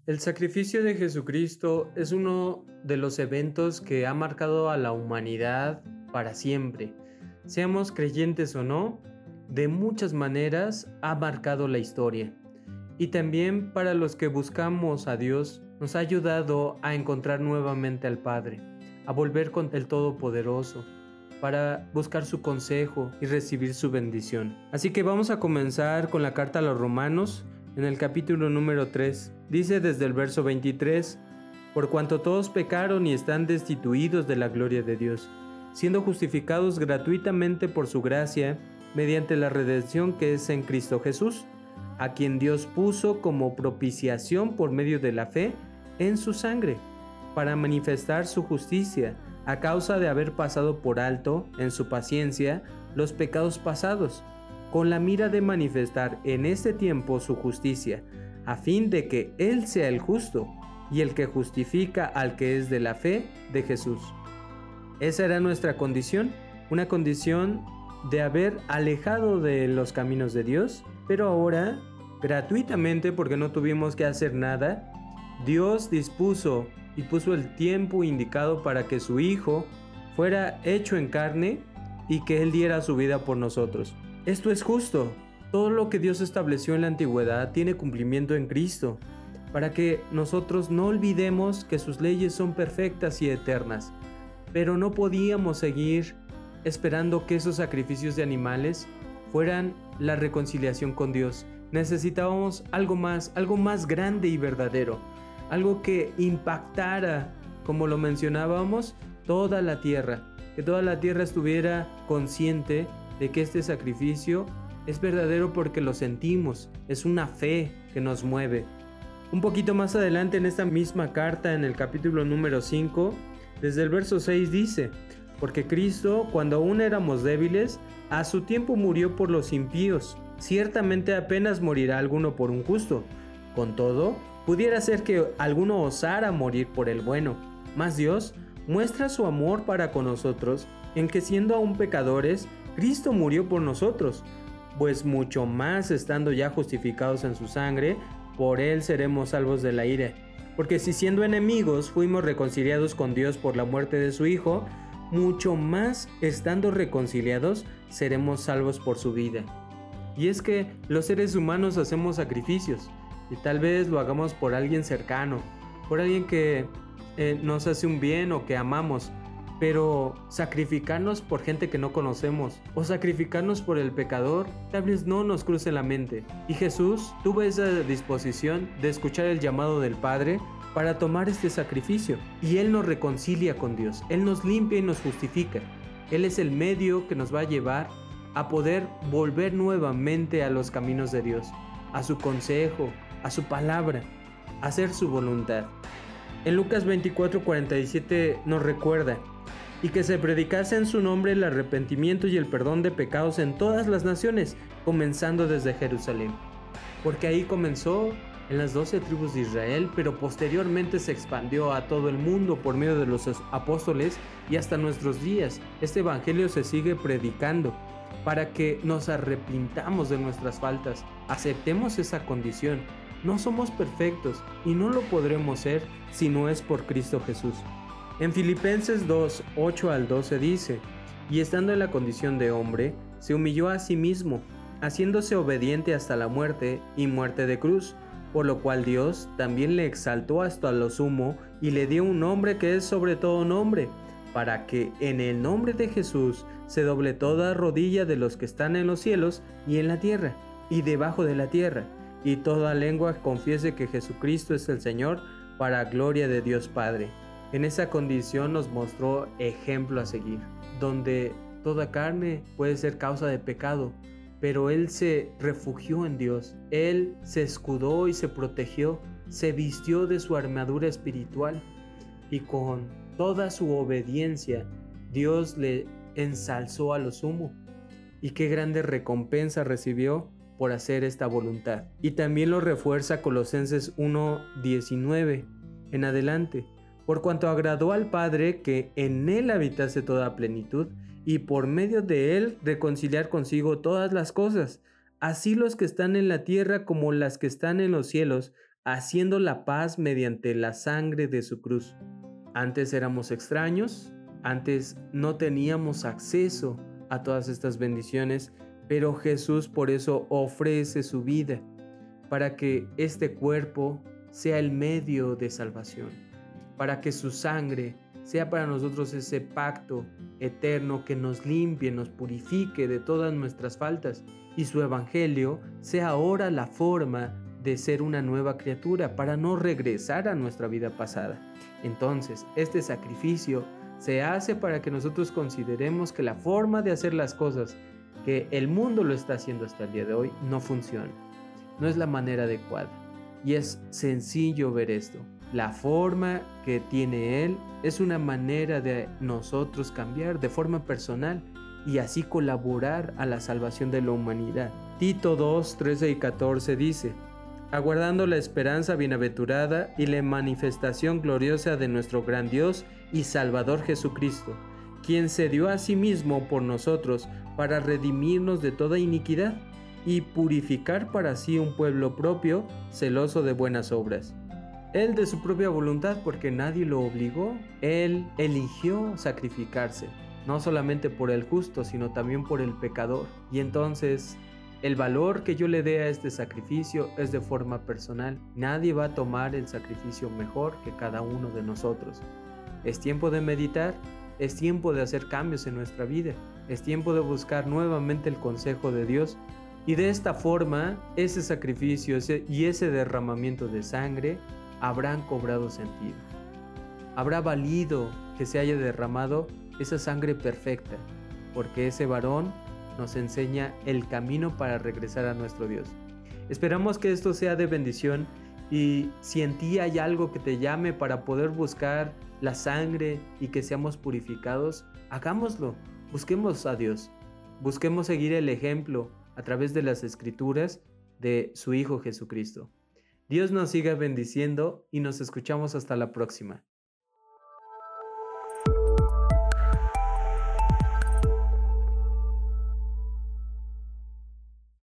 El sacrificio de Jesucristo es uno de los eventos que ha marcado a la humanidad para siempre. Seamos creyentes o no, de muchas maneras ha marcado la historia. Y también para los que buscamos a Dios, nos ha ayudado a encontrar nuevamente al Padre, a volver con el Todopoderoso, para buscar su consejo y recibir su bendición. Así que vamos a comenzar con la carta a los Romanos, en el capítulo número 3. Dice desde el verso 23, por cuanto todos pecaron y están destituidos de la gloria de Dios, siendo justificados gratuitamente por su gracia, mediante la redención que es en Cristo Jesús, a quien Dios puso como propiciación por medio de la fe en su sangre, para manifestar su justicia, a causa de haber pasado por alto, en su paciencia, los pecados pasados, con la mira de manifestar en este tiempo su justicia, a fin de que Él sea el justo y el que justifica al que es de la fe de Jesús. Esa era nuestra condición, una condición de haber alejado de los caminos de Dios, pero ahora, gratuitamente, porque no tuvimos que hacer nada, Dios dispuso y puso el tiempo indicado para que su Hijo fuera hecho en carne y que Él diera su vida por nosotros. Esto es justo. Todo lo que Dios estableció en la antigüedad tiene cumplimiento en Cristo, para que nosotros no olvidemos que sus leyes son perfectas y eternas. Pero no podíamos seguir esperando que esos sacrificios de animales fueran la reconciliación con Dios. Necesitábamos algo más grande y verdadero, algo que impactara, como lo mencionábamos, toda la tierra, que toda la tierra estuviera consciente de que este sacrificio es verdadero porque lo sentimos, es una fe que nos mueve. Un poquito más adelante en esta misma carta, en el capítulo número 5, desde el verso 6 dice, porque Cristo, cuando aún éramos débiles, a su tiempo murió por los impíos. Ciertamente apenas morirá alguno por un justo. Con todo, pudiera ser que alguno osara morir por el bueno. Mas Dios muestra su amor para con nosotros en que siendo aún pecadores, Cristo murió por nosotros, pues mucho más estando ya justificados en su sangre, por Él seremos salvos de la ira. Porque si siendo enemigos fuimos reconciliados con Dios por la muerte de su Hijo, mucho más estando reconciliados seremos salvos por su vida. Y es que los seres humanos hacemos sacrificios, y tal vez lo hagamos por alguien cercano, por alguien que nos hace un bien o que amamos, pero sacrificarnos por gente que no conocemos o sacrificarnos por el pecador tal vez no nos cruce la mente. Y Jesús tuvo esa disposición de escuchar el llamado del Padre para tomar este sacrificio. Y Él nos reconcilia con Dios, Él nos limpia y nos justifica. Él es el medio que nos va a llevar a poder volver nuevamente a los caminos de Dios, a su consejo, a su palabra, a hacer su voluntad. En Lucas 24:47 nos recuerda, y que se predicase en su nombre el arrepentimiento y el perdón de pecados en todas las naciones, comenzando desde Jerusalén. Porque ahí comenzó en las 12 tribus de Israel, pero posteriormente se expandió a todo el mundo por medio de los apóstoles y hasta nuestros días. Este evangelio se sigue predicando para que nos arrepintamos de nuestras faltas, aceptemos esa condición. No somos perfectos y no lo podremos ser si no es por Cristo Jesús. En Filipenses 2, 8 al 12 dice, y estando en la condición de hombre, se humilló a sí mismo, haciéndose obediente hasta la muerte y muerte de cruz, por lo cual Dios también le exaltó hasta lo sumo y le dio un nombre que es sobre todo nombre, para que en el nombre de Jesús se doble toda rodilla de los que están en los cielos y en la tierra y debajo de la tierra, y toda lengua confiese que Jesucristo es el Señor, para gloria de Dios Padre. En esa condición nos mostró ejemplo a seguir, donde toda carne puede ser causa de pecado, pero Él se refugió en Dios, Él se escudó y se protegió, se vistió de su armadura espiritual y con toda su obediencia Dios le ensalzó a lo sumo. Y qué grande recompensa recibió por hacer esta voluntad. Y también lo refuerza Colosenses 1:19 en adelante. Por cuanto agradó al Padre que en Él habitase toda plenitud, y por medio de Él reconciliar consigo todas las cosas, así los que están en la tierra como las que están en los cielos, haciendo la paz mediante la sangre de su cruz. Antes éramos extraños, antes no teníamos acceso a todas estas bendiciones, pero Jesús por eso ofrece su vida para que este cuerpo sea el medio de salvación, para que su sangre sea para nosotros ese pacto eterno que nos limpie, nos purifique de todas nuestras faltas, y su evangelio sea ahora la forma de ser una nueva criatura para no regresar a nuestra vida pasada. Entonces, este sacrificio se hace para que nosotros consideremos que la forma de hacer las cosas que el mundo lo está haciendo hasta el día de hoy no funciona, no es la manera adecuada. Y es sencillo ver esto. La forma que tiene Él es una manera de nosotros cambiar de forma personal y así colaborar a la salvación de la humanidad. Tito 2, 13 y 14 dice: aguardando la esperanza bienaventurada y la manifestación gloriosa de nuestro gran Dios y Salvador Jesucristo, quien se dio a sí mismo por nosotros para redimirnos de toda iniquidad y purificar para sí un pueblo propio, celoso de buenas obras. Él de su propia voluntad, porque nadie lo obligó, Él eligió sacrificarse, no solamente por el justo, sino también por el pecador. Y entonces, el valor que yo le dé a este sacrificio es de forma personal. Nadie va a tomar el sacrificio mejor que cada uno de nosotros. Es tiempo de meditar, es tiempo de hacer cambios en nuestra vida, es tiempo de buscar nuevamente el consejo de Dios. Y de esta forma, ese sacrificio y ese derramamiento de sangre habrán cobrado sentido. Habrá valido que se haya derramado esa sangre perfecta, porque ese varón nos enseña el camino para regresar a nuestro Dios. Esperamos que esto sea de bendición, y si en ti hay algo que te llame para poder buscar la sangre y que seamos purificados, hagámoslo. Busquemos a Dios. Busquemos seguir el ejemplo a través de las Escrituras de su Hijo Jesucristo. Dios nos siga bendiciendo y nos escuchamos hasta la próxima.